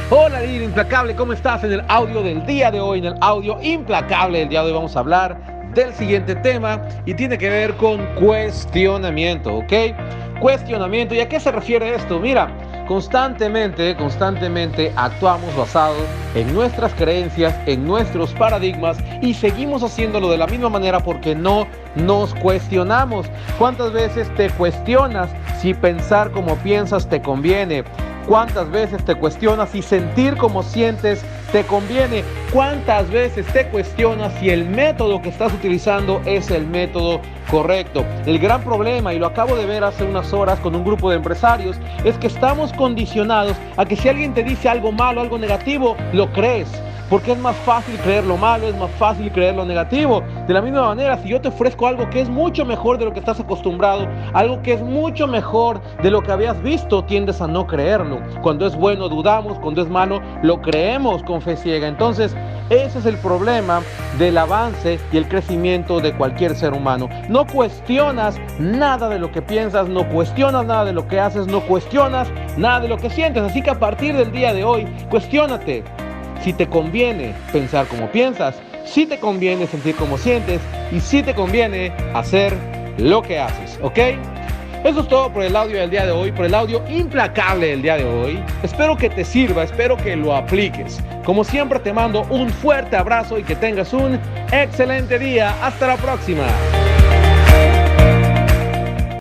Hola líder implacable, ¿cómo estás? En el audio del día de hoy, en el audio implacable del día de hoy vamos a hablar del siguiente tema y tiene que ver con cuestionamiento, ¿ok? Cuestionamiento, ¿y a qué se refiere esto? Mira, constantemente actuamos basados en nuestras creencias, en nuestros paradigmas y seguimos haciéndolo de la misma manera porque no nos cuestionamos. ¿Cuántas veces te cuestionas si pensar como piensas te conviene? ¿Cuántas veces te cuestionas si sentir como sientes te conviene? ¿Cuántas veces te cuestionas si el método que estás utilizando es el método correcto? El gran problema, y lo acabo de ver hace unas horas con un grupo de empresarios, es que estamos condicionados a que si alguien te dice algo malo, algo negativo, lo crees. Porque es más fácil creer lo malo, es más fácil creer lo negativo. De la misma manera, si yo te ofrezco algo que es mucho mejor de lo que estás acostumbrado, algo que es mucho mejor de lo que habías visto, tiendes a no creerlo. Cuando es bueno dudamos, cuando es malo lo creemos con fe ciega. Entonces, ese es el problema del avance y el crecimiento de cualquier ser humano. No cuestionas nada de lo que piensas, no cuestionas nada de lo que haces, no cuestionas nada de lo que sientes. Así que a partir del día de hoy, cuestiónate. Si te conviene pensar como piensas, si te conviene sentir como sientes y si te conviene hacer lo que haces, ¿ok? Eso es todo por el audio del día de hoy, por el audio implacable del día de hoy. Espero que te sirva, espero que lo apliques. Como siempre te mando un fuerte abrazo y que tengas un excelente día. Hasta la próxima.